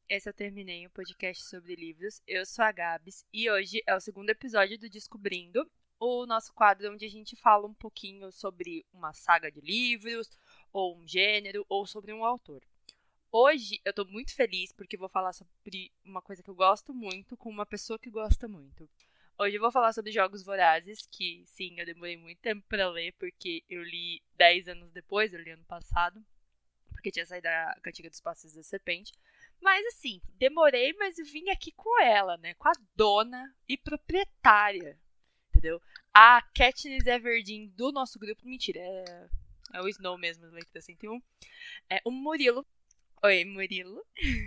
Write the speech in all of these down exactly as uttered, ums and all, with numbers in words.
esse eu terminei o podcast sobre livros. Eu sou a Gabs e hoje é o segundo episódio do Descobrindo, o nosso quadro onde a gente fala um pouquinho sobre uma saga de livros, ou um gênero, ou sobre um autor. Hoje eu tô muito feliz porque vou falar sobre uma coisa que eu gosto muito com uma pessoa que gosta muito. Hoje eu vou falar sobre Jogos Vorazes, que sim, eu demorei muito tempo pra ler, porque eu li dez anos depois, eu li ano passado, porque tinha saído a Cantiga dos Passos da Serpente. Mas assim, demorei, mas vim aqui com ela, né? Com a dona e proprietária, entendeu? A Katniss Everdeen do nosso grupo, mentira, é, é o Snow mesmo, do Leitura cento e um. É o Murilo. Oi, Murilo.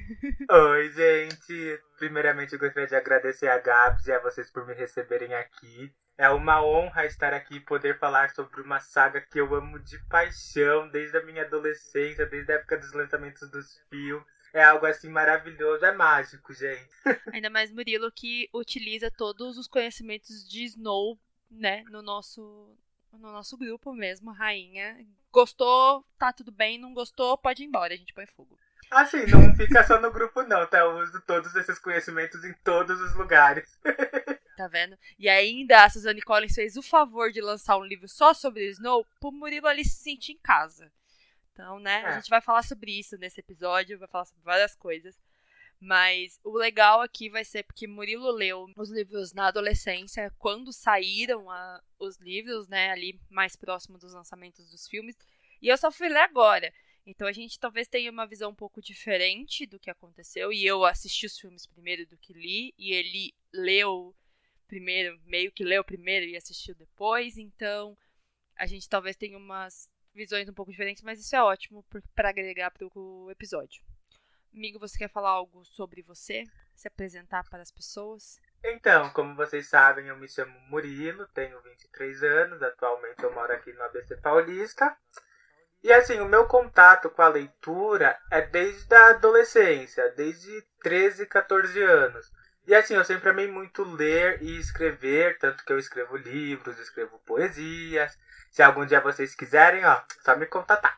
Oi, gente. Primeiramente, eu gostaria de agradecer a Gabs e a vocês por me receberem aqui. É uma honra estar aqui e poder falar sobre uma saga que eu amo de paixão desde a minha adolescência, desde a época dos lançamentos dos filmes. É algo assim maravilhoso, é mágico, gente. Ainda mais Murilo que utiliza todos os conhecimentos de Snow, né, no nosso, no nosso grupo mesmo, rainha. Gostou, tá tudo bem, não gostou, pode ir embora, a gente põe fogo. Assim, não fica só no grupo não, tá? Eu uso todos esses conhecimentos em todos os lugares. Tá vendo? E ainda a Suzanne Collins fez o favor de lançar um livro só sobre Snow pro Murilo ali se sentir em casa. Então, né, é. A gente vai falar sobre isso nesse episódio, vai falar sobre várias coisas. Mas o legal aqui vai ser porque Murilo leu os livros na adolescência, quando saíram a, os livros, né, ali mais próximo dos lançamentos dos filmes. E eu só fui ler agora. Então a gente talvez tenha uma visão um pouco diferente do que aconteceu. E eu assisti os filmes primeiro do que li. E ele leu primeiro, meio que leu primeiro e assistiu depois. Então a gente talvez tenha umas visões um pouco diferentes, mas isso é ótimo para agregar para o episódio. Amigo, você quer falar algo sobre você? Se apresentar para as pessoas? Então, como vocês sabem, eu me chamo Murilo, tenho vinte e três anos, atualmente eu moro aqui no A B C Paulista. E assim, o meu contato com a leitura é desde a adolescência, desde treze, catorze anos. E assim, eu sempre amei muito ler e escrever, tanto que eu escrevo livros, escrevo poesias. Se algum dia vocês quiserem, ó, só me contatar.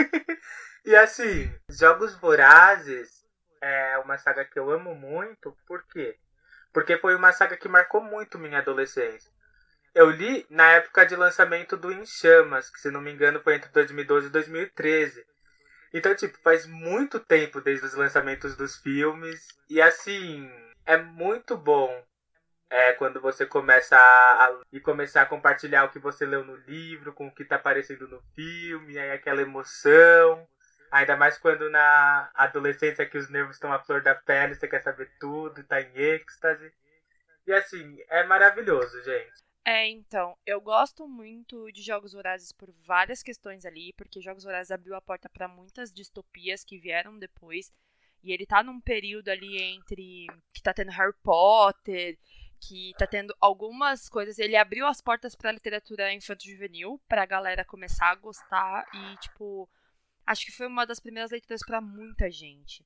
E assim, Jogos Vorazes é uma saga que eu amo muito, por quê? Porque foi uma saga que marcou muito minha adolescência. Eu li na época de lançamento do Em Chamas, que se não me engano foi entre dois mil e doze e dois mil e treze. Então, tipo, faz muito tempo desde os lançamentos dos filmes. E assim, é muito bom é, quando você começa a, a, e começar a compartilhar o que você leu no livro, com o que tá aparecendo no filme, aí aquela emoção. Ainda mais quando na adolescência que os nervos estão à flor da pele, você quer saber tudo, tá em êxtase. E assim, é maravilhoso, gente. É, então, eu gosto muito de Jogos Vorazes por várias questões ali, porque Jogos Vorazes abriu a porta para muitas distopias que vieram depois, e ele tá num período ali entre que tá tendo Harry Potter, que tá tendo algumas coisas, ele abriu as portas pra literatura infanto-juvenil, pra galera começar a gostar, e tipo, acho que foi uma das primeiras leituras pra muita gente.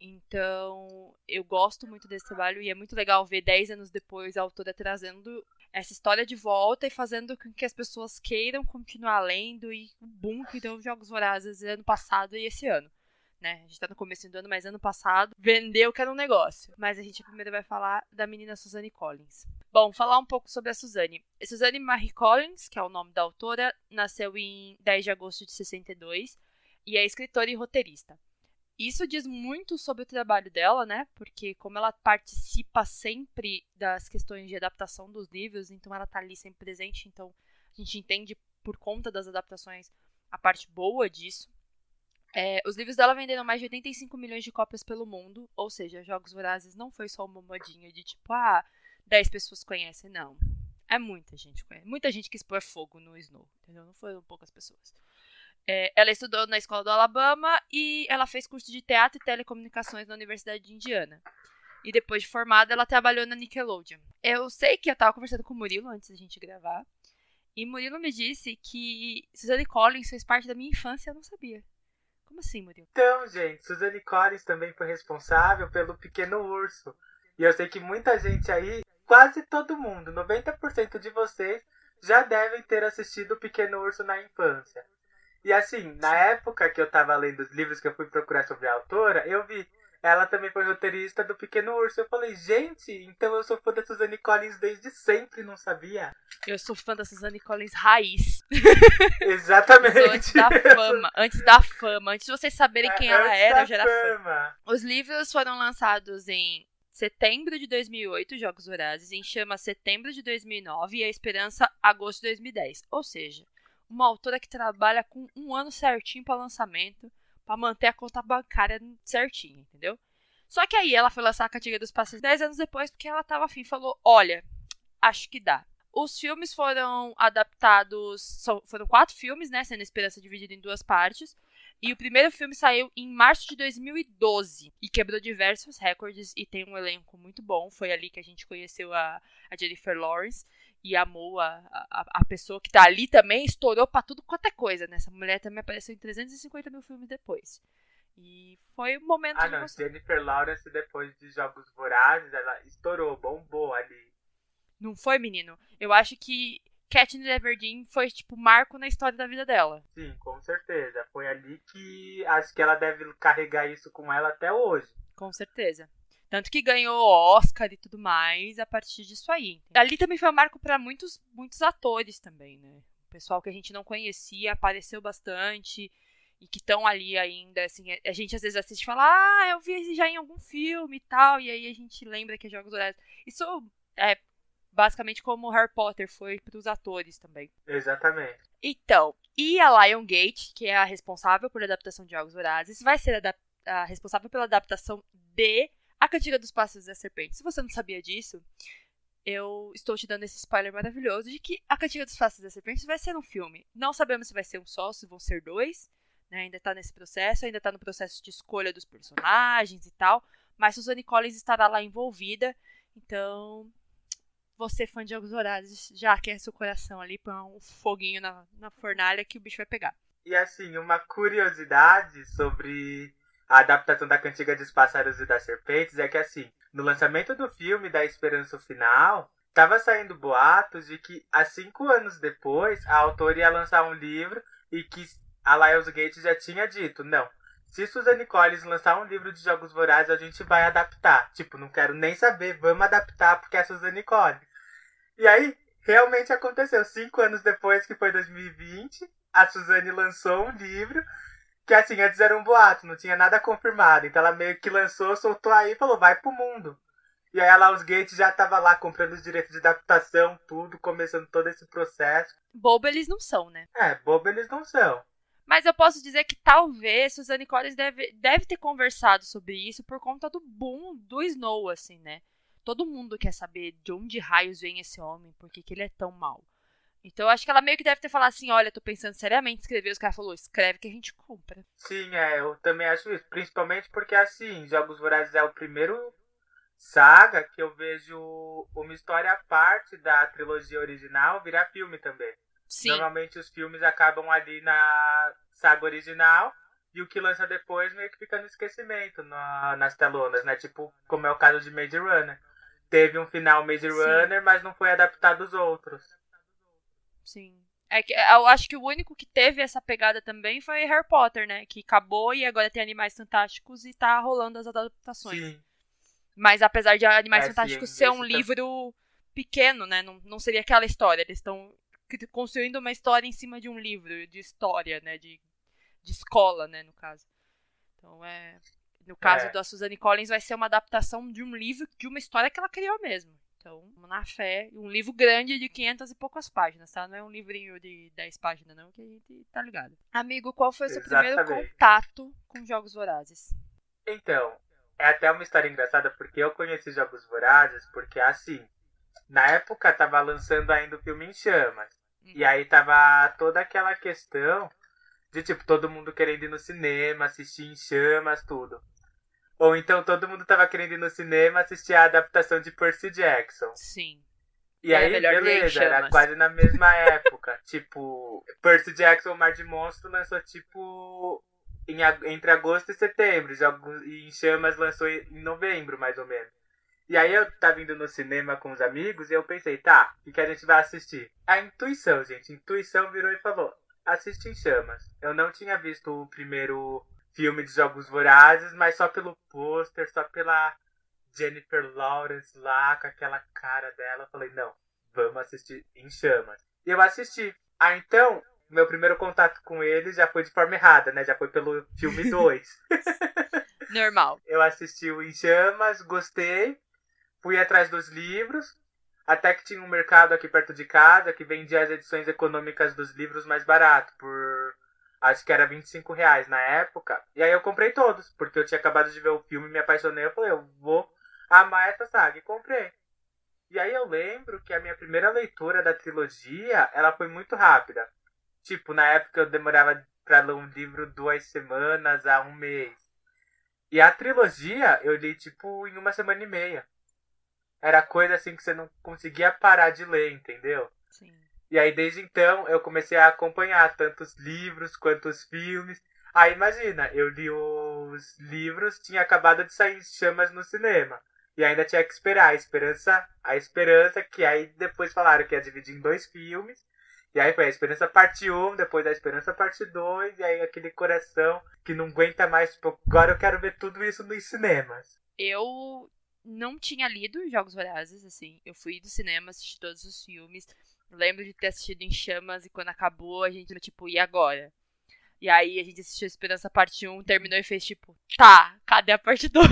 Então, eu gosto muito desse trabalho e é muito legal ver dez anos depois a autora trazendo essa história de volta e fazendo com que as pessoas queiram continuar lendo e o boom que deu Jogos Vorazes ano passado e esse ano. Né? A gente tá no começo do ano, mas ano passado vendeu que era um negócio. Mas a gente primeiro vai falar da menina Suzanne Collins. Bom, falar um pouco sobre a Suzanne. Suzanne Marie Collins, que é o nome da autora, nasceu em dez de agosto de sessenta e dois e é escritora e roteirista. Isso diz muito sobre o trabalho dela, né? Porque como ela participa sempre das questões de adaptação dos livros, então ela tá ali sempre presente, então a gente entende por conta das adaptações a parte boa disso. É, os livros dela venderam mais de oitenta e cinco milhões de cópias pelo mundo, ou seja, Jogos Vorazes não foi só uma modinha de tipo, ah, dez pessoas conhecem, não. É muita gente conhece. Muita gente quis pôr fogo no Snow, entendeu? Não foram poucas pessoas. É, ela estudou na escola do Alabama e ela fez curso de teatro e telecomunicações na Universidade de Indiana. E depois de formada, ela trabalhou na Nickelodeon. Eu sei que eu tava conversando com o Murilo antes da gente gravar. E Murilo me disse que Suzanne Collins fez parte da minha infância, eu não sabia. Como assim, Murilo? Então, gente, Suzanne Collins também foi responsável pelo Pequeno Urso. E eu sei que muita gente aí, quase todo mundo, noventa por cento de vocês, já devem ter assistido o Pequeno Urso na infância. E assim, na época que eu tava lendo os livros que eu fui procurar sobre a autora, eu vi ela também foi roteirista do Pequeno Urso. Eu falei, gente, então eu sou fã da Suzanne Collins desde sempre, não sabia? Eu sou fã da Suzanne Collins raiz. Exatamente. Antes da fama, antes da fama, antes de vocês saberem quem ela Antes era, da eu já era fã. fama. Os livros foram lançados em setembro de dois mil e oito, Jogos Vorazes, em Chama setembro de dois mil e nove e A Esperança agosto de dois mil e dez. Ou seja, uma autora que trabalha com um ano certinho para lançamento, para manter a conta bancária certinha, entendeu? Só que aí ela foi lançar a Cantiga dos Pássaros dez anos depois, porque ela tava afim e falou, olha, acho que dá. Os filmes foram adaptados, são, foram quatro filmes, né, sendo a Esperança dividida em duas partes. E o primeiro filme saiu em março de dois mil e doze e quebrou diversos recordes e tem um elenco muito bom. Foi ali que a gente conheceu a, a Jennifer Lawrence e amou a, a, a pessoa que tá ali também, estourou pra tudo quanto é coisa, né? Essa mulher também apareceu em trezentos e cinquenta mil filmes depois. E foi um momento Ah, de não, você... Jennifer Lawrence, depois de Jogos Vorazes, ela estourou, bombou ali. Não foi, menino? Eu acho que Katniss Everdeen foi, tipo, marco na história da vida dela. Sim, com certeza. Foi ali que acho que ela deve carregar isso com ela até hoje. Com certeza. Tanto que ganhou Oscar e tudo mais a partir disso aí. Ali também foi um marco pra muitos, muitos atores também, né? O pessoal que a gente não conhecia apareceu bastante e que estão ali ainda, assim, a gente às vezes assiste e fala, ah, eu vi esse já em algum filme e tal, e aí a gente lembra que é Jogos Vorazes. Isso é basicamente como Harry Potter foi pros atores também. Exatamente. Então, e a Lionsgate, que é a responsável por adaptação de Jogos Vorazes, vai ser a, a responsável pela adaptação de A Cantiga dos Pássaros e da Serpente. Se você não sabia disso, eu estou te dando esse spoiler maravilhoso de que A Cantiga dos Pássaros e da Serpente vai ser um filme. Não sabemos se vai ser um só, se vão ser dois, né? Ainda tá nesse processo, ainda tá no processo de escolha dos personagens e tal, mas Suzanne Collins estará lá envolvida, então... Você, fã de Jogos Vorazes, já aquece o coração ali, põe um foguinho na, na fornalha que o bicho vai pegar. E assim, uma curiosidade sobre a adaptação da Cantiga dos Pássaros e das Serpentes é que assim, no lançamento do filme da Esperança Final, estava saindo boatos de que há cinco anos depois a autora ia lançar um livro e que a Lionsgate já tinha dito, não, se Suzanne Collins lançar um livro de Jogos Vorazes, a gente vai adaptar. Tipo, não quero nem saber, vamos adaptar porque é a Suzanne Collins. E aí, realmente aconteceu. Cinco anos depois, que foi dois mil e vinte, a Suzanne lançou um livro que, assim, antes era um boato, não tinha nada confirmado. Então ela meio que lançou, soltou aí e falou, vai pro mundo. E aí a Lionsgate já tava lá comprando os direitos de adaptação, tudo, começando todo esse processo. Bobo eles não são, né? É, bobo eles não são. Mas eu posso dizer que talvez Suzanne Collins deve, deve ter conversado sobre isso por conta do boom do Snow, assim, né? Todo mundo quer saber de onde raios vem esse homem, por que, que ele é tão mau. Então eu acho que ela meio que deve ter falado assim, olha, tô pensando seriamente em escrever. Os caras falaram, escreve que a gente compra. Sim, é, eu também acho isso. Principalmente porque, assim, Jogos Vorazes é o primeiro saga que eu vejo uma história à parte da trilogia original virar filme também. Sim. Normalmente os filmes acabam ali na saga original e o que lança depois meio que fica no esquecimento na, nas telonas, né? Tipo, como é o caso de Maze Runner. Teve um final Maze Sim. Runner, mas não foi adaptado os outros. Sim. É que, eu acho que o único que teve essa pegada também foi Harry Potter, né? Que acabou e agora tem Animais Fantásticos e tá rolando as adaptações. Sim. Mas apesar de Animais É, Fantásticos sim, ser um esse tá- livro pequeno, né? Não, não seria aquela história. Eles estão construindo uma história em cima de um livro de história, né? De, de escola, né? No caso. Então é... No caso É. da Suzanne Collins vai ser uma adaptação de um livro, de uma história que ela criou mesmo. Então, na fé, um livro grande de quinhentas e poucas páginas, tá? Não é um livrinho de dez páginas, não, que a gente tá ligado. Amigo, qual foi o seu primeiro Exatamente. contato com Jogos Vorazes? Então, é até uma história engraçada, porque eu conheci Jogos Vorazes, porque assim, na época tava lançando ainda o filme Em Chamas. Hum. E aí tava toda aquela questão de, tipo, todo mundo querendo ir no cinema, assistir Em Chamas, tudo. Ou então todo mundo tava querendo ir no cinema assistir a adaptação de Percy Jackson. Sim. E É aí, melhor ver Em beleza, era Chamas. quase na mesma época. Tipo, Percy Jackson, o Mar de Monstro, lançou, tipo, em, ag- entre agosto e setembro. Jogos, e Em Chamas lançou em novembro, mais ou menos. E aí eu tava indo no cinema com os amigos e eu pensei, tá, o que, que a gente vai assistir? A intuição, gente. A intuição virou e falou, assiste Em Chamas. Eu não tinha visto o primeiro filme de Jogos Vorazes, mas só pelo pôster, só pela Jennifer Lawrence lá, com aquela cara dela. Eu falei, não, vamos assistir Em Chamas. E eu assisti. Ah, então, meu primeiro contato com ele já foi de forma errada, né? Já foi pelo filme dois. Normal. Eu assisti o Em Chamas, gostei, fui atrás dos livros, até que tinha um mercado aqui perto de casa que vendia as edições econômicas dos livros mais barato, por acho que era vinte e cinco reais na época. E aí eu comprei todos, porque eu tinha acabado de ver o filme, me apaixonei, eu falei, eu vou amar essa saga, e comprei. E aí eu lembro que a minha primeira leitura da trilogia, ela foi muito rápida. Tipo, na época eu demorava pra ler um livro duas semanas a um mês. E a trilogia eu li, tipo, em uma semana e meia. Era coisa assim que você não conseguia parar de ler, entendeu? Sim. E aí, desde então, eu comecei a acompanhar tanto os livros quanto os filmes. Aí, imagina, eu li os livros, tinha acabado de sair Chamas no cinema. E ainda tinha que esperar a Esperança, a Esperança, que aí depois falaram que ia dividir em dois filmes. E aí foi a Esperança parte um, depois a Esperança parte dois, e aí aquele coração que não aguenta mais, tipo, agora eu quero ver tudo isso nos cinemas. Eu não tinha lido Jogos Vorazes, assim. Eu fui do cinema, assisti todos os filmes. Lembro de ter assistido Em Chamas e quando acabou a gente, tipo, e agora? E aí a gente assistiu Esperança parte um, terminou e fez tipo, tá, cadê a parte dois?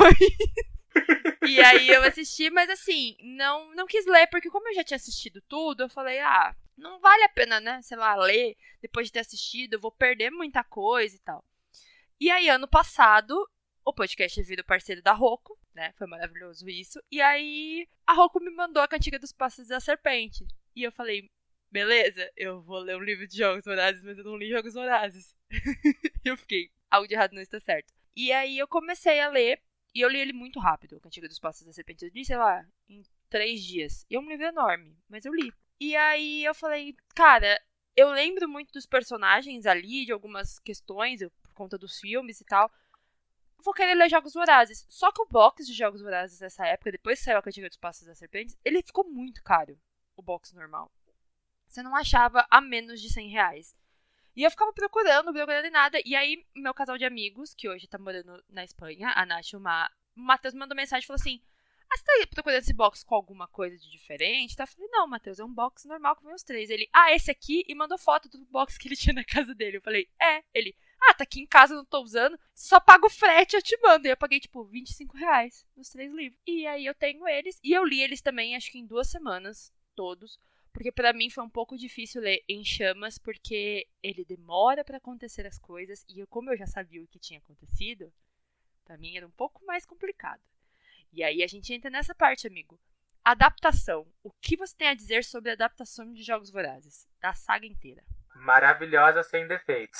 E aí eu assisti, mas assim, não, não quis ler, porque como eu já tinha assistido tudo, eu falei, ah, não vale a pena, né, sei lá, ler depois de ter assistido, eu vou perder muita coisa e tal. E aí, ano passado, o podcast virou parceiro da Roku, né, foi maravilhoso isso, e aí a Roku me mandou a Cantiga dos Passos da Serpente. E eu falei, beleza, eu vou ler um livro de Jogos Vorazes, mas eu não li Jogos Vorazes. E eu fiquei, algo de errado não está certo. E aí eu comecei a ler, e eu li ele muito rápido, o Cantiga dos Passos da Serpente. Eu li, sei lá, em três dias. E é um livro enorme, mas eu li. E aí eu falei, cara, eu lembro muito dos personagens ali, de algumas questões, eu, por conta dos filmes e tal. Vou querer ler Jogos Vorazes. Só que o box de Jogos Vorazes nessa época, depois que saiu a Cantiga dos Passos da Serpente, ele ficou muito caro. O box normal. Você não achava a menos de cem reais. E eu ficava procurando, procurando e nada. E aí, meu casal de amigos, que hoje tá morando na Espanha, a Nath e o Ma, o Matheus me mandou mensagem e falou assim, ah, você tá procurando esse box com alguma coisa de diferente? Eu falei, não, Matheus, é um box normal com meus três. Ele, ah, esse aqui? E mandou foto do box que ele tinha na casa dele. Eu falei, é. Ele, ah, tá aqui em casa, não tô usando. Só pago o frete, eu te mando. E eu paguei, tipo, vinte e cinco reais nos três livros. E aí eu tenho eles. E eu li eles também, acho que em duas semanas. Todos, porque pra mim foi um pouco difícil ler Em Chamas, porque ele demora pra acontecer as coisas, e eu, como eu já sabia o que tinha acontecido, pra mim era um pouco mais complicado. E aí a gente entra nessa parte, amigo. Adaptação. O que você tem a dizer sobre a adaptação de Jogos Vorazes? Da saga inteira. Maravilhosa, sem defeitos.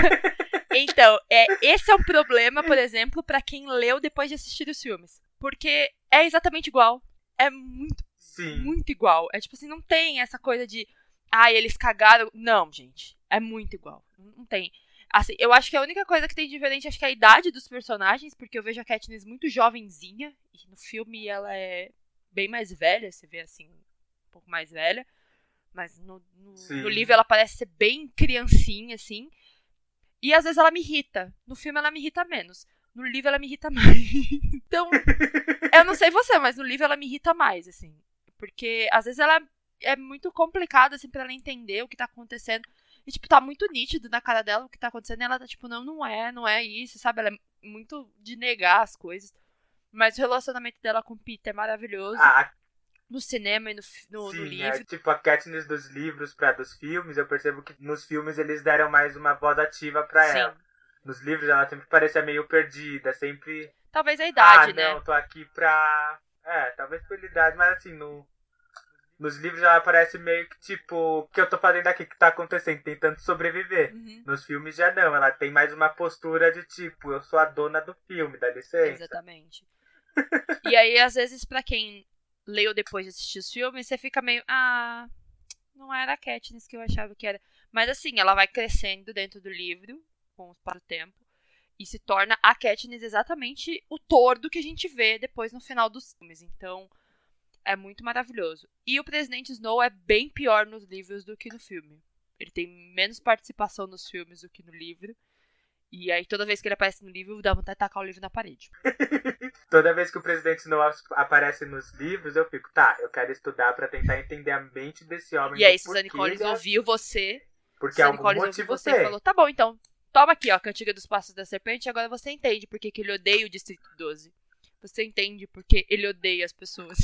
Então, é, esse é um problema, por exemplo, pra quem leu depois de assistir os filmes. Porque é exatamente igual. É muito Sim. Muito igual. É tipo assim, não tem essa coisa de ah, eles cagaram. Não, gente. É muito igual. Não tem. Assim, eu acho que a única coisa que tem diferente acho que é a idade dos personagens, porque eu vejo a Katniss muito jovenzinha, e no filme ela é bem mais velha, você vê assim, um pouco mais velha. Mas no, no, no livro ela parece ser bem criancinha, assim. E às vezes ela me irrita. No filme ela me irrita menos. No livro ela me irrita mais. Então, eu não sei você, mas no livro ela me irrita mais, assim. Porque, às vezes, ela é muito complicado, assim, pra ela entender o que tá acontecendo. E, tipo, tá muito nítido na cara dela o que tá acontecendo. E ela tá, tipo, não, não é, não é isso, sabe? Ela é muito de negar as coisas. Mas o relacionamento dela com o Peter é maravilhoso. Ah, no cinema e no, no, sim, no livro. É, tipo, a Katniss dos livros pra dos filmes, eu percebo que nos filmes eles deram mais uma voz ativa pra Sim. ela. Nos livros ela sempre parecia meio perdida, sempre... Talvez a idade, ah, né? não, tô aqui pra... É, talvez pela idade, mas assim, no... nos livros ela parece meio que tipo, o que eu tô fazendo aqui, o que tá acontecendo, tentando sobreviver. Uhum. Nos filmes já não, ela tem mais uma postura de tipo, eu sou a dona do filme, dá licença. Exatamente. E aí, às vezes, pra quem leu depois de assistir os filmes, você fica meio, ah, não era a Katniss que eu achava que era. Mas assim, ela vai crescendo dentro do livro, com o passar do tempo, e se torna a Katniss exatamente o tordo que a gente vê depois no final dos filmes. Então, é muito maravilhoso. E o Presidente Snow é bem pior nos livros do que no filme. Ele tem menos participação nos filmes do que no livro. E aí, toda vez que ele aparece no livro, dá vontade de tacar o livro na parede. Toda vez que o presidente Snow aparece nos livros, eu fico, tá, eu quero estudar pra tentar entender a mente desse homem. E aí, Suzanne Collins ele... ouviu você. Porque Suzanne algum Collins motivo ouviu você tem. e falou, tá bom, então, toma aqui, ó, a Cantiga dos Passos da Serpente, agora você entende porque que ele odeia o Distrito doze. Você entende porque ele odeia as pessoas.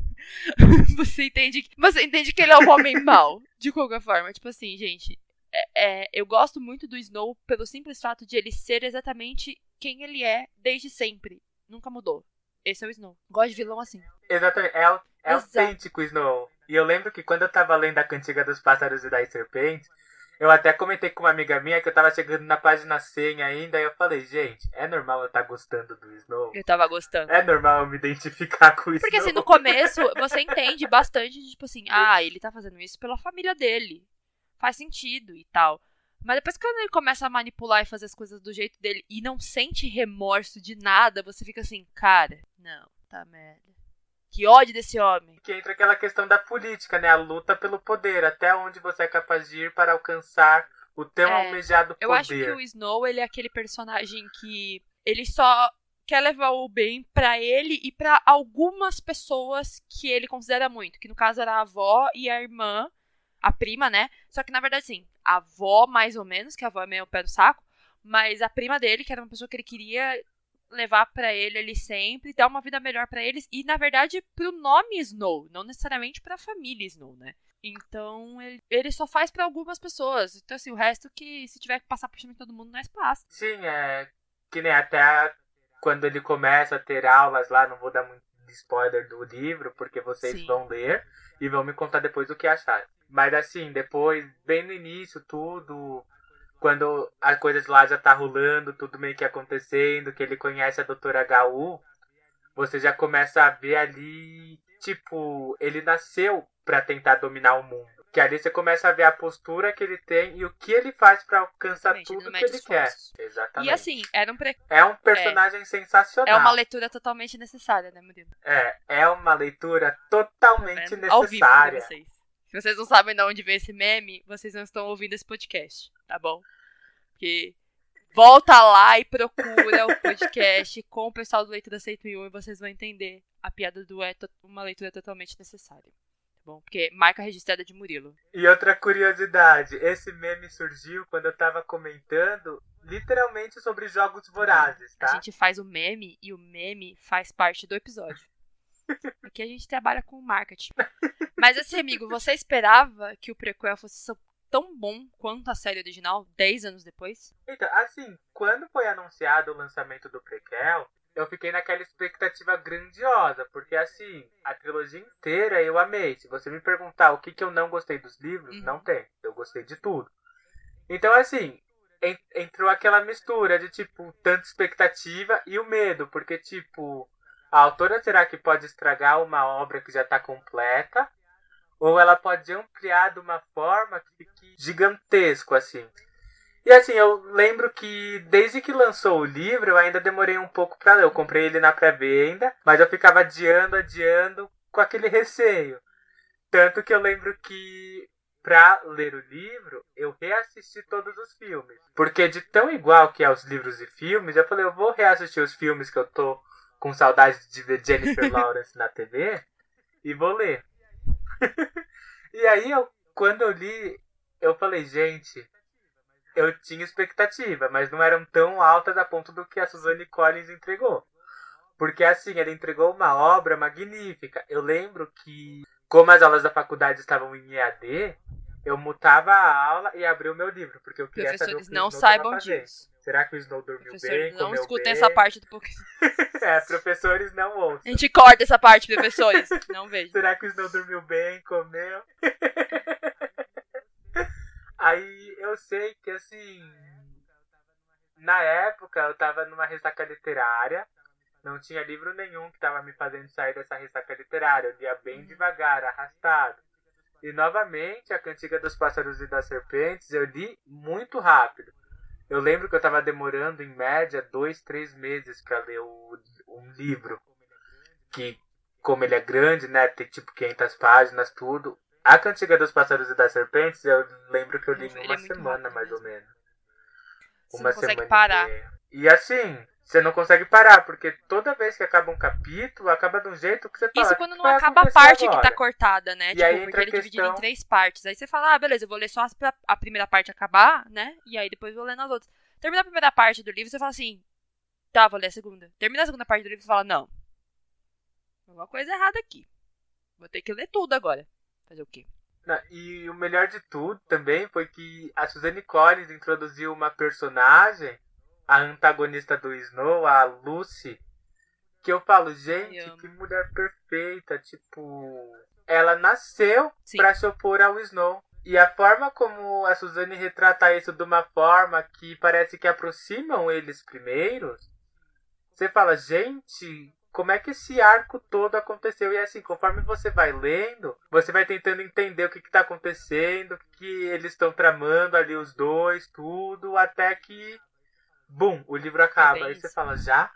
Você entende que, você entende que ele é um homem mau, de qualquer forma. Tipo assim, gente, é, é, eu gosto muito do Snow pelo simples fato de ele ser exatamente quem ele é desde sempre. Nunca mudou. Esse é o Snow. Gosto de vilão assim. Exatamente, é, é autêntico o Snow. E eu lembro que quando eu tava lendo a Cantiga dos Pássaros e das Serpentes, eu até comentei com uma amiga minha que eu tava chegando na página cem ainda, e eu falei, gente, é normal eu estar tá gostando do Snow? Eu tava gostando. É normal eu me identificar com o Snow? Porque assim, no começo, você entende bastante, tipo assim, ah, ele tá fazendo isso pela família dele. Faz sentido e tal. Mas depois quando ele começa a manipular e fazer as coisas do jeito dele e não sente remorso de nada, você fica assim, cara, não, tá merda. Que ódio desse homem. Que entra aquela questão da política, né? A luta pelo poder. Até onde você é capaz de ir para alcançar o teu é, almejado poder. Eu acho que o Snow, ele é aquele personagem que ele só quer levar o bem pra ele e pra algumas pessoas que ele considera muito. Que no caso era a avó e a irmã, a prima, né? Só que na verdade, sim, a avó mais ou menos, que a avó é meio pé no saco. Mas a prima dele, que era uma pessoa que ele queria levar pra ele ali sempre, dar uma vida melhor pra eles, e na verdade pro nome Snow, não necessariamente pra família Snow, né? Então ele, ele só faz pra algumas pessoas, então assim, o resto que se tiver que passar por cima de todo mundo, nós passa. Sim, é que nem até quando ele começa a ter aulas lá, não vou dar muito spoiler do livro, porque vocês Sim. vão ler e vão me contar depois o que acharam. Mas assim, depois, bem no início, tudo... Quando a coisa de lá já tá rolando, tudo meio que acontecendo, que ele conhece a doutora H U, você já começa a ver ali, tipo, ele nasceu pra tentar dominar o mundo. Que ali você começa a ver a postura que ele tem e o que ele faz pra alcançar Exatamente, tudo que ele esforços. quer. Exatamente. E assim, era um pre... é um personagem é. sensacional. É uma leitura totalmente necessária, né, Murilo? É, é uma leitura totalmente necessária. Ao vivo pra vocês. Se vocês não sabem de onde vem esse meme, vocês não estão ouvindo esse podcast, tá bom? Porque volta lá e procura o podcast com o pessoal do Leitura cento e um e vocês vão entender a piada do é uma leitura totalmente necessária. Tá bom? Porque marca registrada de Murilo. E outra curiosidade, esse meme surgiu quando eu tava comentando literalmente sobre jogos vorazes, tá? A gente faz o meme e o meme faz parte do episódio. Aqui a gente trabalha com marketing. Mas assim, amigo, você esperava que o prequel fosse tão bom quanto a série original, dez anos depois? Então, assim, quando foi anunciado o lançamento do prequel, eu fiquei naquela expectativa grandiosa, porque assim, a trilogia inteira eu amei. Se você me perguntar o que, que eu não gostei dos livros, uhum. não tem. Eu gostei de tudo. Então, assim, en- entrou aquela mistura de, tipo, tanta expectativa e o medo, porque, tipo, a autora será que pode estragar uma obra que já está completa? Ou ela pode ampliar de uma forma que fique gigantesco, assim. E assim, eu lembro que desde que lançou o livro, eu ainda demorei um pouco para ler. Eu comprei ele na pré-venda, mas eu ficava adiando, adiando, com aquele receio. Tanto que eu lembro que, pra ler o livro, eu reassisti todos os filmes. Porque de tão igual que é os livros e filmes, eu falei, eu vou reassistir os filmes que eu tô com saudade de ver Jennifer Lawrence na T V, e vou ler. E aí, eu, quando eu li, eu falei, gente, eu tinha expectativa, mas não eram tão altas a ponto do que a Suzanne Collins entregou. Porque assim, ela entregou uma obra magnífica. Eu lembro que, como as aulas da faculdade estavam em E A D, eu mutava a aula e abria o meu livro, porque eu queria saber o que o Snow não saibam disso. Será que o Snow dormiu bem, comeu não escutem bem? essa parte do podcast. É, professores não ouçam. A gente corta essa parte, professores. Não vejo. Será que o Snow dormiu bem, comeu? Aí eu sei que, assim, na época eu tava numa ressaca literária, não tinha livro nenhum que tava me fazendo sair dessa ressaca literária, eu lia bem devagar, arrastado. E novamente, a Cantiga dos Pássaros e das Serpentes eu li muito rápido. Eu lembro que eu tava demorando, em média, dois, três meses pra ler o, um livro. Que, como ele é grande, né, tem tipo quinhentas páginas, tudo. A Cantiga dos Pássaros e das Serpentes, eu lembro que eu li em uma semana, mais ou menos. Você uma não consegue semana parar. e meia. E assim, você não consegue parar, porque toda vez que acaba um capítulo, acaba de um jeito que você fala, Isso "O que quando que não vai acaba a acontecer parte agora?" que tá cortada, né? E tipo, aí porque entra a ele é dividido em questão... três partes. Aí você fala, ah, beleza, eu vou ler só as pra- a primeira parte acabar, né? E aí depois vou ler nas outras. Termina a primeira parte do livro, você fala assim, tá, vou ler a segunda. Termina a segunda parte do livro, você fala, não, alguma coisa errada aqui. Vou ter que ler tudo agora. Fazer o quê? Não, e o melhor de tudo também foi que a Suzanne Collins introduziu uma personagem, a antagonista do Snow, a Lucy, que eu falo, Ai, gente, amo. que mulher perfeita, tipo, ela nasceu Sim. pra se opor ao Snow. E a forma como a Suzanne retrata isso de uma forma que parece que aproximam eles primeiros, você fala, gente, como é que esse arco todo aconteceu? E assim, conforme você vai lendo, você vai tentando entender o que está acontecendo, o que, que eles estão tramando ali, os dois, tudo, até que, bum, o livro acaba. bem Aí você isso. fala, já?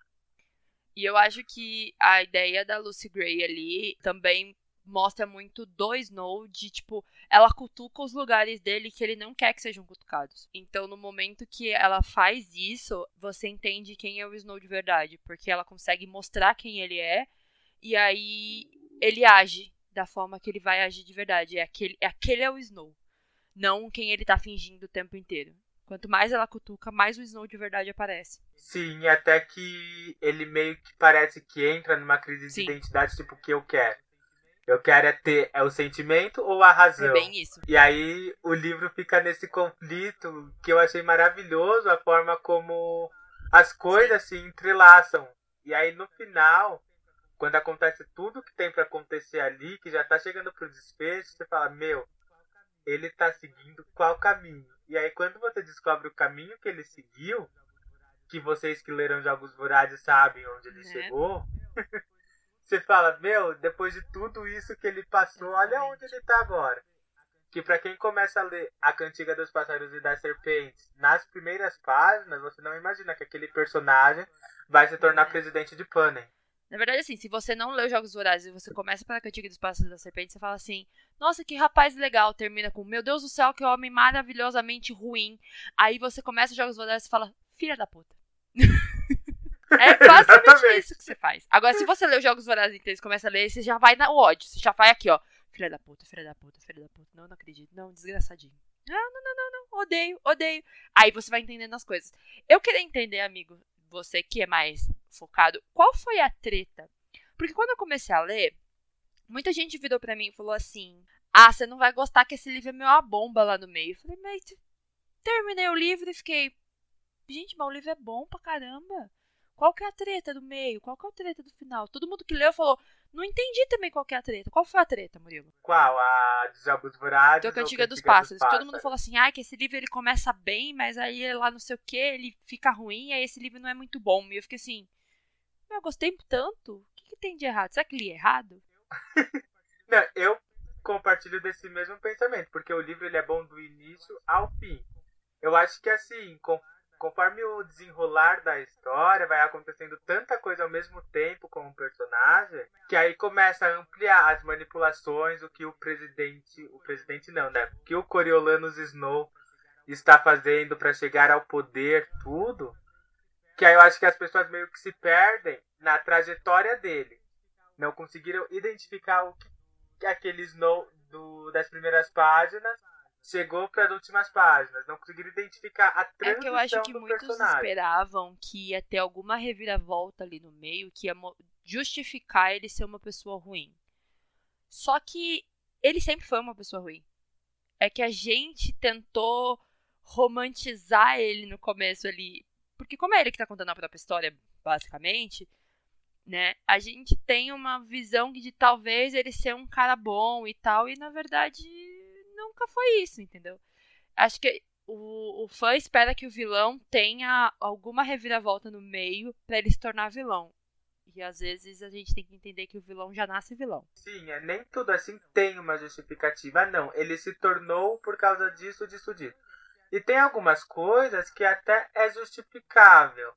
E eu acho que a ideia da Lucy Gray ali também mostra muito do Snow de, tipo, ela cutuca os lugares dele que ele não quer que sejam cutucados. Então, no momento que ela faz isso, você entende quem é o Snow de verdade, porque ela consegue mostrar quem ele é, e aí ele age da forma que ele vai agir de verdade. É aquele, é aquele é o Snow, não quem ele tá fingindo o tempo inteiro. Quanto mais ela cutuca, mais o Snow de verdade aparece. Sim, até que ele meio que parece que entra numa crise Sim. de identidade, tipo, o que eu quero? Eu quero é ter é o sentimento ou a razão? É bem isso. E aí o livro fica nesse conflito que eu achei maravilhoso, a forma como as coisas Sim. se entrelaçam. E aí no final, quando acontece tudo que tem para acontecer ali, que já tá chegando pro desfecho, você fala, meu, ele tá seguindo qual caminho? E aí quando você descobre o caminho que ele seguiu, que vocês que leram Jogos Vorazes sabem onde ele É. chegou, você fala, meu, depois de tudo isso que ele passou, Exatamente. olha onde ele tá agora. Que pra quem começa a ler A Cantiga dos Pássaros e das Serpentes nas primeiras páginas, você não imagina que aquele personagem vai se tornar É. presidente de Panem. Na verdade, assim, se você não leu Jogos Vorazes e você começa pela Cantiga dos Pássaros e da Serpente, você fala assim, nossa, que rapaz legal, termina com, meu Deus do céu, que homem maravilhosamente ruim. Aí você começa Jogos Vorazes e fala, filha da puta. É basicamente Exatamente. isso que você faz. Agora, se você lê os Jogos Vorazes inteiros e começa a ler, você já vai no ódio. Você já vai aqui, ó. Filha da puta, filha da puta, filha da puta. Não, não acredito. Não, desgraçadinho. Não, não, não, não, não. Odeio, odeio. Aí você vai entendendo as coisas. Eu queria entender, amigo, você que é mais focado, qual foi a treta? Porque quando eu comecei a ler, muita gente virou pra mim e falou assim, ah, você não vai gostar que esse livro é meio uma bomba lá no meio. Eu falei, mas terminei o livro e fiquei, gente, mas o livro é bom pra caramba. Qual que é a treta do meio? Qual que é a treta do final? Todo mundo que leu falou, não entendi também qual que é a treta. Qual foi a treta, Murilo? Qual? A dos Jogos Vorazes Da ou Cantiga dos Cantiga Pássaros. dos Pássaros? Todo mundo falou assim, ah, que esse livro ele começa bem, mas aí é lá não sei o que, ele fica ruim, aí esse livro não é muito bom. E eu fiquei assim, eu gostei tanto? O que, que tem de errado? Será que li errado? Não, eu compartilho desse mesmo pensamento, porque o livro ele é bom do início ao fim. Eu acho que assim, com conforme o desenrolar da história, vai acontecendo tanta coisa ao mesmo tempo com o personagem, que aí começa a ampliar as manipulações, o que o presidente, o presidente não, né? O que o Coriolanus Snow está fazendo para chegar ao poder, tudo, que aí eu acho que as pessoas meio que se perdem na trajetória dele. Não conseguiram identificar o que aquele Snow do, das primeiras páginas chegou para as últimas páginas, não conseguiram identificar a transição É que eu acho que do muitos personagem. esperavam que ia ter alguma reviravolta ali no meio, que ia justificar ele ser uma pessoa ruim. Só que ele sempre foi uma pessoa ruim. É que a gente tentou romantizar ele no começo ali, porque como é ele que tá contando a própria história, basicamente, né, a gente tem uma visão de talvez ele ser um cara bom e tal, e na verdade nunca foi isso, entendeu? Acho que o, o fã espera que o vilão tenha alguma reviravolta no meio pra ele se tornar vilão. E às vezes a gente tem que entender que o vilão já nasce vilão. Sim, é, nem tudo assim tem uma justificativa, não. Ele se tornou por causa disso, disso, disso. E tem algumas coisas que até é justificável.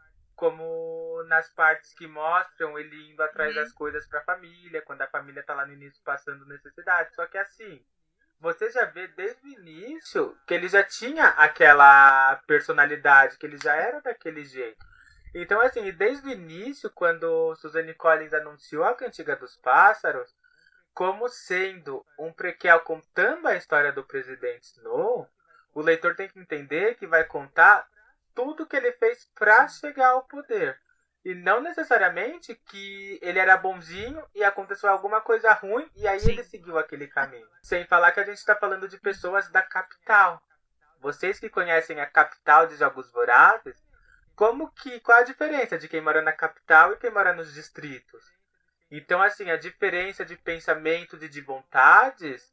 Como nas partes que mostram ele indo atrás Uhum. das coisas pra família, quando a família tá lá no início passando necessidade. Só que assim, você já vê desde o início que ele já tinha aquela personalidade, que ele já era daquele jeito. Então, assim, desde o início, quando Suzanne Collins anunciou a Cantiga dos Pássaros, como sendo um prequel contando a história do presidente Snow, o leitor tem que entender que vai contar tudo que ele fez para chegar ao poder. E não necessariamente que ele era bonzinho e aconteceu alguma coisa ruim e aí Sim. ele seguiu aquele caminho. Sem falar que a gente está falando de pessoas da capital. Vocês que conhecem a capital de Jogos Vorazes, como que, qual a diferença de quem mora na capital e quem mora nos distritos? Então, assim, a diferença de pensamento e de vontades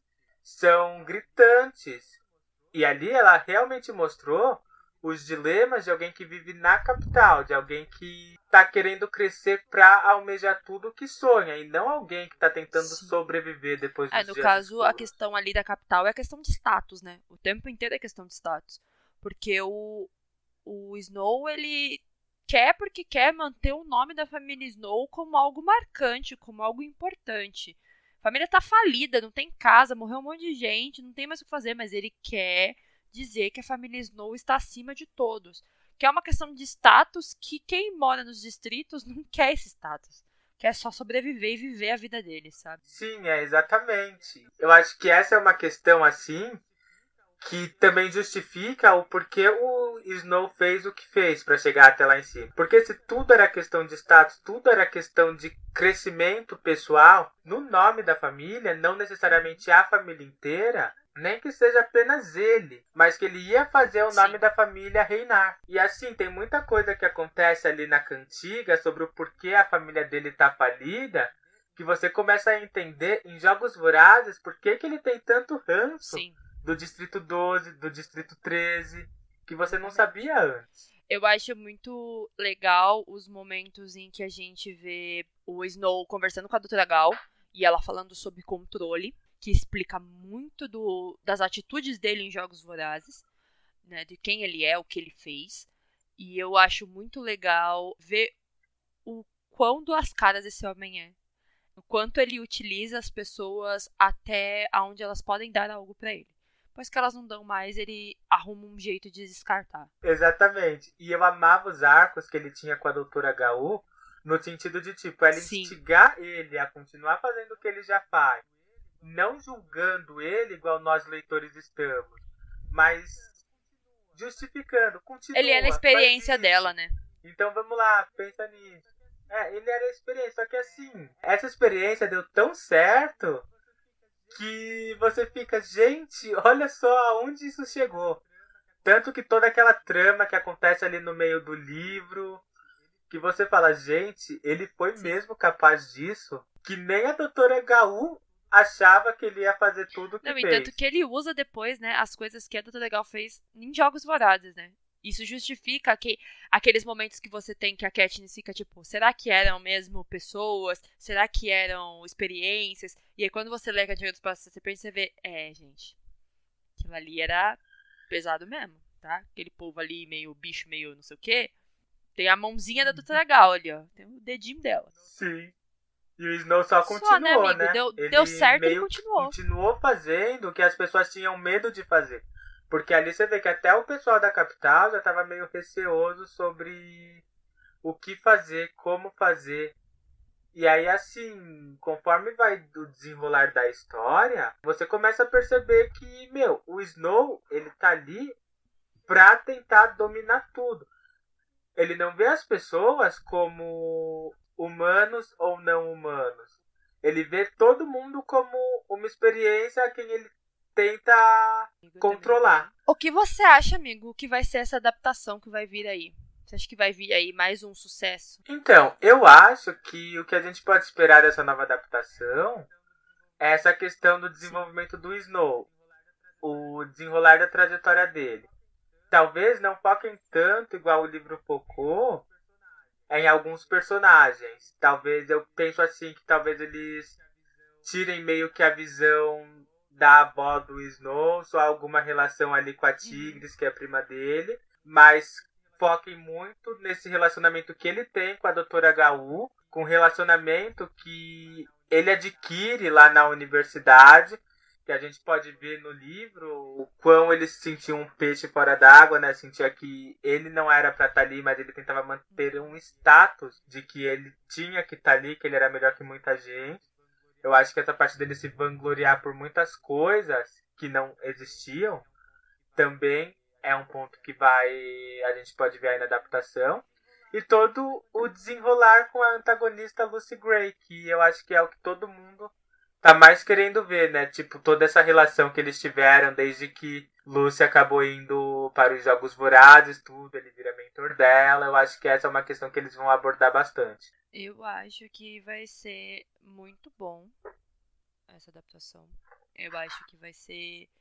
são gritantes. E ali ela realmente mostrou os dilemas de alguém que vive na capital, de alguém que está querendo crescer para almejar tudo que sonha, e não alguém que está tentando Sim. sobreviver depois dos é, no dias caso, escuros. A questão ali da capital é a questão de status, né? O tempo inteiro é questão de status. Porque o, o Snow, ele quer porque quer manter o nome da família Snow como algo marcante, como algo importante. A família tá falida, não tem casa, morreu um monte de gente, não tem mais o que fazer, mas ele quer dizer que a família Snow está acima de todos. Que é uma questão de status que quem mora nos distritos não quer esse status. Quer só sobreviver e viver a vida dele, sabe? Sim, é exatamente. Eu acho que essa é uma questão, assim, que também justifica o porquê o Snow fez o que fez para chegar até lá em cima. Porque se tudo era questão de status, tudo era questão de crescimento pessoal, no nome da família, não necessariamente a família inteira, nem que seja apenas ele, mas que ele ia fazer o nome Sim. da família reinar. E assim, tem muita coisa que acontece ali na cantiga sobre o porquê a família dele tá falida, que você começa a entender em Jogos Vorazes por que que ele tem tanto ranço Sim. do Distrito doze, do Distrito treze, que você não sabia antes. Eu acho muito legal os momentos em que a gente vê o Snow conversando com a doutora Gal e ela falando sobre controle, que explica muito do, das atitudes dele em Jogos Vorazes, né, de quem ele é, o que ele fez. E eu acho muito legal ver o quão duas caras esse homem é. O quanto ele utiliza as pessoas até onde elas podem dar algo pra ele. Depois que elas não dão mais, ele arruma um jeito de descartar. Exatamente. E eu amava os arcos que ele tinha com a doutora Gaú, no sentido de, tipo, ela Sim. instigar ele a continuar fazendo o que ele já faz. Não julgando ele igual nós leitores estamos, mas justificando, continua. Ele era a experiência dela, né? Então vamos lá, pensa nisso. É, ele era a experiência, só que assim, essa experiência deu tão certo que você fica, gente, olha só aonde isso chegou. Tanto que toda aquela trama que acontece ali no meio do livro, que você fala, gente, ele foi mesmo capaz disso, que nem a doutora Gaú achava que ele ia fazer tudo que Não, fez. E tanto que ele usa depois, né, as coisas que a doutora Gal fez em Jogos Vorazes, né? Isso justifica que aqueles momentos que você tem que a Katniss fica tipo, será que eram mesmo pessoas? Será que eram experiências? E aí quando você lê a Cantiga dos Pássaros, você pensa e vê, é, gente, aquilo ali era pesado mesmo, tá? Aquele povo ali meio bicho, meio não sei o quê. Tem a mãozinha da doutora Gal ali, ó. Tem o dedinho dela. Sim. E o Snow só continuou, só, né? Amigo? né? Deu, deu certo, ele continuou. Continuou fazendo o que as pessoas tinham medo de fazer. Porque ali você vê que até o pessoal da capital já estava meio receoso sobre o que fazer, como fazer. E aí, assim, conforme vai o desenrolar da história, você começa a perceber que, meu, o Snow, ele tá ali pra tentar dominar tudo. Ele não vê as pessoas como humanos ou não humanos. Ele vê todo mundo como uma experiência a quem ele tenta controlar. O que você acha, amigo, que vai ser essa adaptação que vai vir aí? Você acha que vai vir aí mais um sucesso? Então, eu acho que o que a gente pode esperar dessa nova adaptação é essa questão do desenvolvimento do Snow. O desenrolar da trajetória dele. Talvez não foquem tanto igual o livro focou em alguns personagens. Talvez, eu penso assim, que talvez eles tirem meio que a visão da avó do Snow, só alguma relação ali com a Tigris, que é a prima dele, mas foquem muito nesse relacionamento que ele tem com a doutora Gaú, com o relacionamento que ele adquire lá na universidade, que a gente pode ver no livro o quão ele se sentia um peixe fora d'água, né? Sentia que ele não era pra estar ali, mas ele tentava manter um status de que ele tinha que estar ali, que ele era melhor que muita gente. Eu acho que essa parte dele se vangloriar por muitas coisas que não existiam também é um ponto que vai a gente pode ver aí na adaptação. E todo o desenrolar com a antagonista Lucy Gray, que eu acho que é o que todo mundo tá mais querendo ver, né? Tipo, toda essa relação que eles tiveram desde que Lucy acabou indo para os Jogos Vorazes, tudo, ele vira mentor dela. Eu acho que essa é uma questão que eles vão abordar bastante. Eu acho que vai ser muito bom essa adaptação. Eu acho que vai ser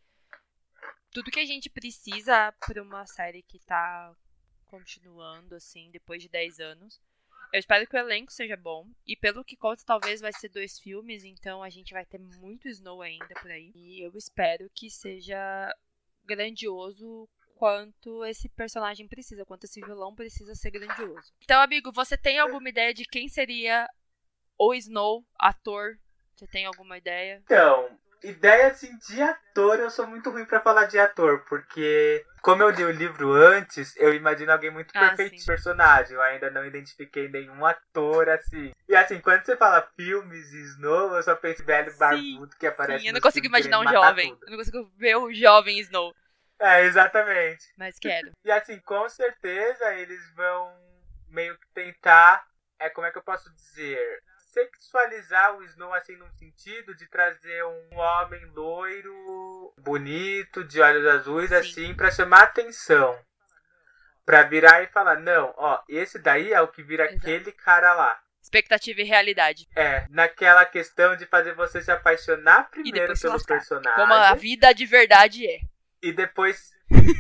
tudo que a gente precisa para uma série que tá continuando, assim, depois de dez anos. Eu espero que o elenco seja bom. E pelo que conta, talvez vai ser dois filmes. Então a gente vai ter muito Snow ainda por aí. E eu espero que seja grandioso quanto esse personagem precisa. Quanto esse vilão precisa ser grandioso. Então, amigo, você tem alguma ideia de quem seria o Snow, ator? Você tem alguma ideia? Então, ideia assim de ator, eu sou muito ruim pra falar de ator. Porque, como eu li o livro antes, eu imagino alguém muito Ah, perfeito de sim. personagem. Eu ainda não identifiquei nenhum ator assim. E assim, quando você fala filmes e Snow, eu só penso em velho barbudo que aparece. Sim, eu não nos consigo filmes imaginar um querendo matar jovem. tudo. Eu não consigo ver o jovem Snow. É, exatamente. Mas quero. E assim, com certeza eles vão meio que tentar, é como é que eu posso dizer, sexualizar o Snow assim num sentido de trazer um homem loiro, bonito, de olhos azuis, Sim. assim, pra chamar atenção. Pra virar e falar, não, ó, esse daí é o que vira Exato. aquele cara lá. Expectativa e realidade. É, naquela questão de fazer você se apaixonar E primeiro depois se pelo lascar. personagem. Como a vida de verdade é. E depois.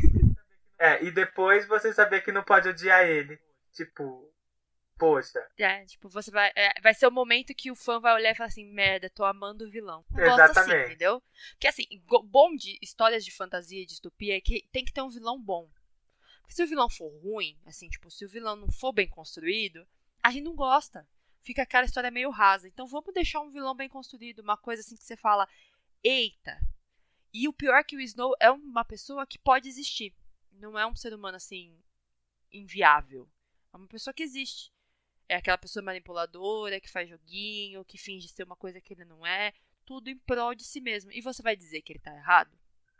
é, e depois você saber que não pode odiar ele. Tipo, poxa. É, tipo, você vai. É, vai ser o momento que o fã vai olhar e falar assim, merda, tô amando o vilão. Não gosto assim, Exatamente. entendeu? Porque assim, go- bom de histórias de fantasia e distopia é que tem que ter um vilão bom. Porque se o vilão for ruim, assim, tipo, se o vilão não for bem construído, a gente não gosta. Fica aquela história meio rasa. Então vamos deixar um vilão bem construído, uma coisa assim que você fala, eita. E o pior é que o Snow é uma pessoa que pode existir. Não é um ser humano, assim, inviável. É uma pessoa que existe. É aquela pessoa manipuladora, que faz joguinho, que finge ser uma coisa que ele não é. Tudo em prol de si mesmo. E você vai dizer que ele tá errado?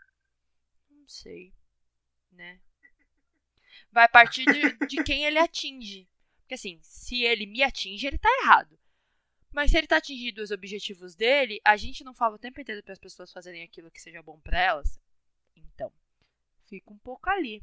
Não sei. Né? Vai partir de, de quem ele atinge. Porque assim, se ele me atinge, ele tá errado. Mas se ele tá atingindo os objetivos dele, a gente não fala o tempo inteiro para as pessoas fazerem aquilo que seja bom para elas. Então, fica um pouco ali.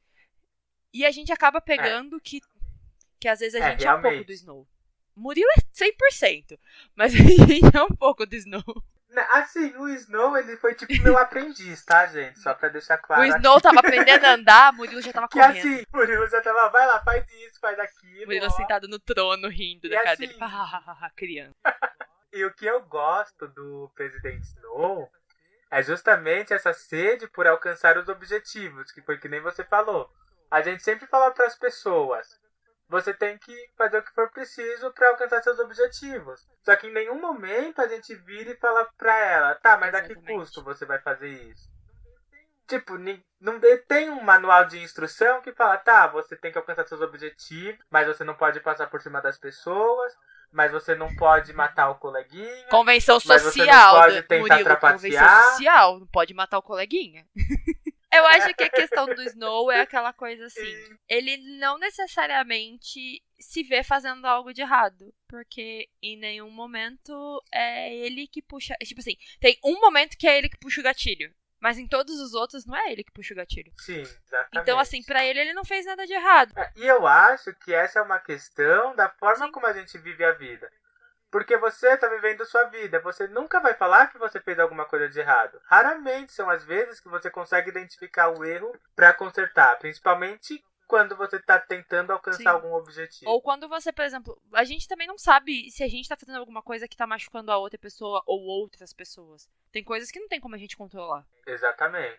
E a gente acaba pegando é. que, que às vezes a É, gente é um realmente. pouco do Snow. Murilo é cem por cento, mas a gente é um pouco do Snow. Assim, o Snow, ele foi tipo meu aprendiz, tá, gente? Só pra deixar claro. O Snow aqui. tava aprendendo a andar, Murilo já tava Que correndo. assim, o Murilo já tava, vai lá, faz isso, faz aquilo. Murilo ó. sentado no trono, rindo E da cara assim- dele. Hahaha, criança. E o que eu gosto do Presidente Snow é justamente essa sede por alcançar os objetivos, que foi que nem você falou. A gente sempre fala pras pessoas, você tem que fazer o que for preciso pra alcançar seus objetivos. Só que em nenhum momento a gente vira e fala pra ela, tá, mas a que Exatamente. custo você vai fazer isso? Tipo, ni- não tem um manual de instrução que fala, tá, você tem que alcançar seus objetivos, mas você não pode passar por cima das pessoas, mas você não pode matar o coleguinha. Convenção Mas você não social, pode do- tentar Murilo. trapacear. Convenção social, não pode matar o coleguinha. Eu acho que a questão do Snow é aquela coisa assim, ele não necessariamente se vê fazendo algo de errado, porque em nenhum momento é ele que puxa, tipo assim, tem um momento que é ele que puxa o gatilho, mas em todos os outros não é ele que puxa o gatilho. Sim, exatamente. Então assim, pra ele ele não fez nada de errado. É, E eu acho que essa é uma questão da forma Sim. como a gente vive a vida. Porque você tá vivendo sua vida, você nunca vai falar que você fez alguma coisa de errado. Raramente são as vezes que você consegue identificar o erro pra consertar, principalmente quando você tá tentando alcançar Sim. algum objetivo. Ou quando você, por exemplo, a gente também não sabe se a gente tá fazendo alguma coisa que tá machucando a outra pessoa ou outras pessoas. Tem coisas que não tem como a gente controlar. Exatamente.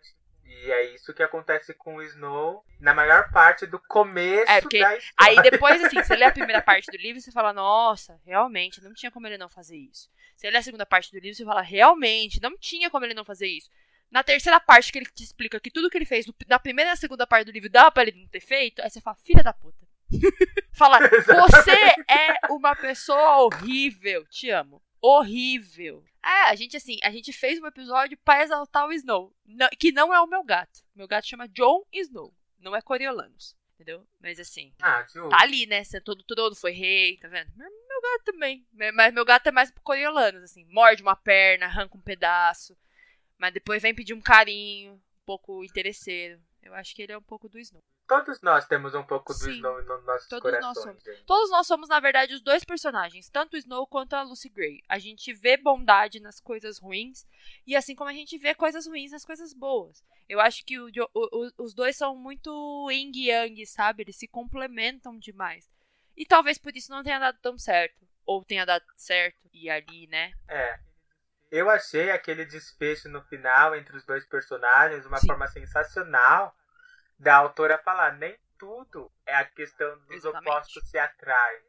E é isso que acontece com o Snow na maior parte do começo é, porque da história. Aí depois, assim, você lê a primeira parte do livro e você fala, nossa, realmente, não tinha como ele não fazer isso. Você lê a segunda parte do livro e você fala, realmente, não tinha como ele não fazer isso. Na terceira parte que ele te explica que tudo que ele fez na primeira e na segunda parte do livro dava pra ele não ter feito, aí você fala, filha da puta. Fala, você é uma pessoa horrível, te amo. Horrível. É, a gente assim, a gente fez um episódio pra exaltar o Snow, não, que não é o meu gato. Meu gato chama Jon Snow, não é Coriolanus, entendeu? Mas assim, ah, tá ali, né? Todo, todo mundo foi rei, tá vendo? Meu, meu gato também. Mas meu gato é mais pro Coriolanus, assim, morde uma perna, arranca um pedaço, mas depois vem pedir um carinho, um pouco interesseiro. Eu acho que ele é um pouco do Snow. Todos nós temos um pouco do Sim, Snow nos nossos todos corações. Nós somos. Gente. Todos nós somos, na verdade, os dois personagens, tanto o Snow quanto a Lucy Gray. A gente vê bondade nas coisas ruins, e assim como a gente vê coisas ruins nas coisas boas. Eu acho que o, o, os dois são muito yin e yang, sabe? Eles se complementam demais. E talvez por isso não tenha dado tão certo. Ou tenha dado certo, e ali, né? É. Eu achei aquele desfecho no final entre os dois personagens uma Sim. forma sensacional da autora falar, nem tudo é a questão dos Exatamente. opostos se atraem.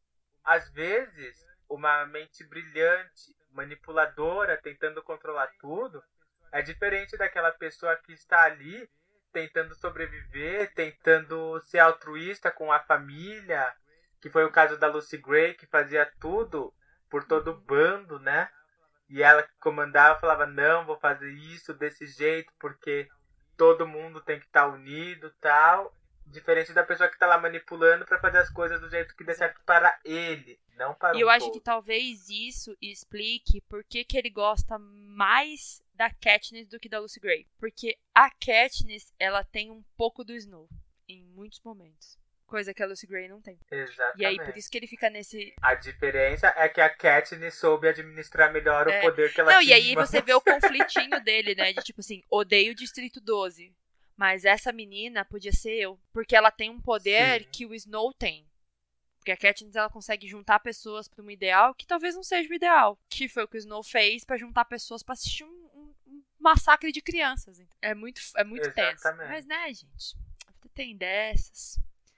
Às vezes, uma mente brilhante, manipuladora, tentando controlar tudo, é diferente daquela pessoa que está ali tentando sobreviver, tentando ser altruísta com a família, que foi o caso da Lucy Gray, que fazia tudo por todo o bando, né? E ela que comandava falava, não, vou fazer isso desse jeito, porque todo mundo tem que estar unido e tal. Diferente da pessoa que está lá manipulando para fazer as coisas do jeito que dê certo para ele, não para o E eu um acho todo. que talvez isso explique por que, que ele gosta mais da Katniss do que da Lucy Gray. Porque a Katniss, ela tem um pouco do Snow em muitos momentos. Coisa que a Lucy Gray não tem. Exatamente. E aí, por isso que ele fica nesse... A diferença é que a Katniss soube administrar melhor É. o poder que ela Não, tinha. e aí você vê o conflitinho dele, né? De tipo assim, odeio o Distrito doze. Mas essa menina podia ser eu. Porque ela tem um poder Sim. que o Snow tem. Porque a Katniss, ela consegue juntar pessoas pra um ideal que talvez não seja o ideal. Que foi o que o Snow fez pra juntar pessoas pra assistir um, um, um massacre de crianças. É muito, é muito tenso. Mas, né, gente? Tem dessas.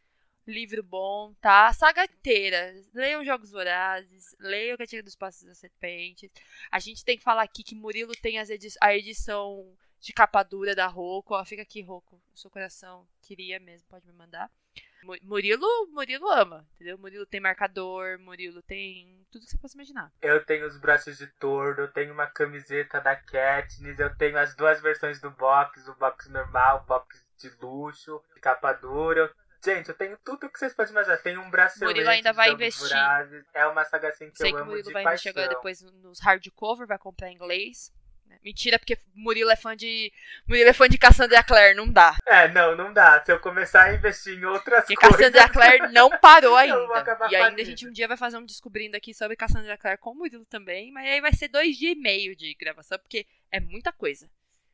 Livro bom, tá? Saga inteira. Leiam Jogos Vorazes, leiam Cantiga dos Passos das Serpentes. A gente tem que falar aqui que Murilo tem as edi- a edição de capa dura da Rocco. Ó, fica aqui, Rocco. O seu coração queria mesmo, pode me mandar. Mu- Murilo, Murilo ama, entendeu? Murilo tem marcador, Murilo tem tudo que você possa imaginar. Eu tenho os braços de tordo, eu tenho uma camiseta da Katniss, eu tenho as duas versões do box, o box normal, o box de luxo, de capa dura. Eu Gente, eu tenho tudo que vocês podem imaginar. Tem um bracelete. Murilo ainda vai de Jogos investir. Vorazes. É uma saga assim que Sei eu que o amo Murilo de vai paixão. investir agora depois nos hardcover, vai comprar em inglês. Mentira, porque Murilo é fã de. Murilo é fã de Cassandra Clare, não dá. É, não, não dá. Se eu começar a investir em outras Porque coisas... Cassandra Clare não parou eu vou ainda. acabar E ainda falido. a gente um dia vai fazer um descobrindo aqui sobre Cassandra Clare com o Murilo também. Mas aí vai ser dois dias e meio de gravação, porque é muita coisa.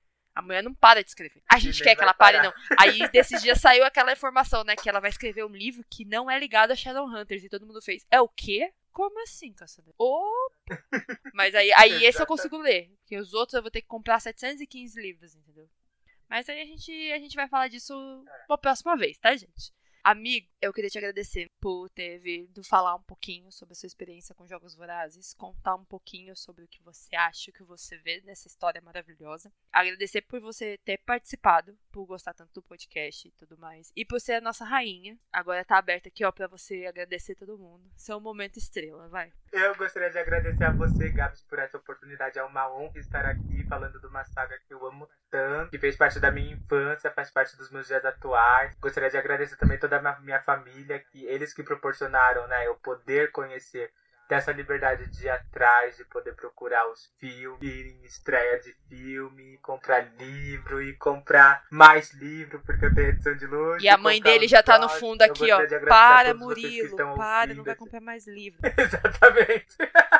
A mulher não para de escrever. A gente nem quer que vai ela pare, parar. não. Aí, desses dias, saiu aquela informação, né? Que ela vai escrever um livro que não é ligado a Shadowhunters. E todo mundo fez, é o quê? Como assim, Cassandra? Opa! Mas aí, aí esse eu consigo ler. Porque os outros eu vou ter que comprar setecentos e quinze livros, entendeu? Mas aí a gente, a gente vai falar disso uma próxima vez, tá, gente? Amigo, eu queria te agradecer por ter vindo falar um pouquinho sobre a sua experiência com Jogos Vorazes, contar um pouquinho sobre o que você acha, o que você vê nessa história maravilhosa. Agradecer por você ter participado, por gostar tanto do podcast e tudo mais, e por ser a nossa rainha. Agora tá aberto aqui, ó, pra você agradecer todo mundo. Seu momento estrela, vai. Eu gostaria de agradecer a você, Gabs, por essa oportunidade. É uma honra estar aqui falando de uma saga que eu amo tanto, que fez parte da minha infância, faz parte dos meus dias atuais. Gostaria de agradecer também toda a minha família, que eles que proporcionaram, né, eu poder conhecer, ter essa liberdade de ir atrás, de poder procurar os filmes, ir em estreia de filme, comprar livro e comprar mais livro, porque eu tenho edição de luxo. E a mãe dele já tá no fundo aqui, ó. Para, Murilo, para, não vai comprar mais livro. Exatamente.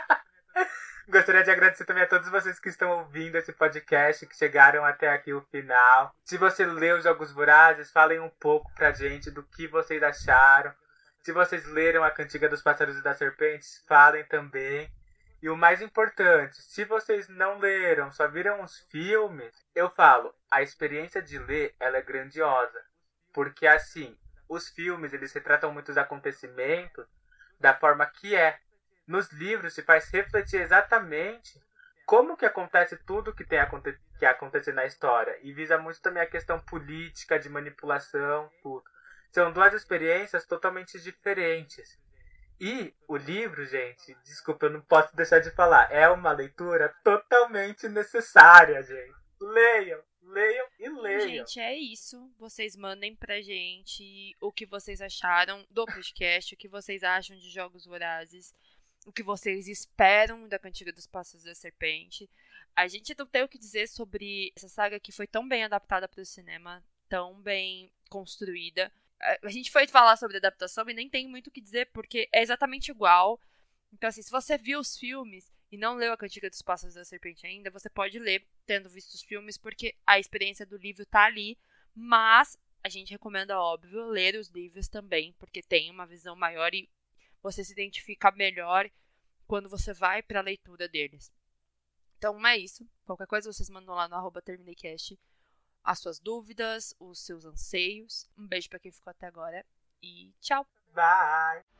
Gostaria de agradecer também a todos vocês que estão ouvindo esse podcast, que chegaram até aqui o final. Se você leu Jogos Vorazes, falem um pouco pra gente do que vocês acharam. Se vocês leram A Cantiga dos Pássaros e das Serpentes, falem também. E o mais importante, se vocês não leram, só viram os filmes, eu falo, a experiência de ler, ela é grandiosa. Porque, assim, os filmes, eles retratam muitos acontecimentos da forma que é. Nos livros se faz refletir exatamente como que acontece tudo que tem aconte que acontecer na história. E visa muito também a questão política, de manipulação, tudo. São duas experiências totalmente diferentes. E o livro, gente, desculpa, eu não posso deixar de falar, é uma leitura totalmente necessária, gente. Leiam, leiam e leiam. Gente, é isso. Vocês mandem pra gente o que vocês acharam do podcast, o que vocês acham de Jogos Vorazes, o que vocês esperam da Cantiga dos Passos da Serpente. A gente não tem o que dizer sobre essa saga que foi tão bem adaptada para o cinema, tão bem construída. A gente foi falar sobre adaptação e nem tem muito o que dizer, porque é exatamente igual. Então, assim, se você viu os filmes e não leu A Cantiga dos Pássaros da Serpente ainda, você pode ler tendo visto os filmes, porque a experiência do livro tá ali. Mas a gente recomenda, óbvio, ler os livros também, porque tem uma visão maior e você se identifica melhor quando você vai pra leitura deles. Então, é isso. Qualquer coisa vocês mandam lá no arroba terminecast as suas dúvidas, os seus anseios. Um beijo pra quem ficou até agora e tchau! Bye!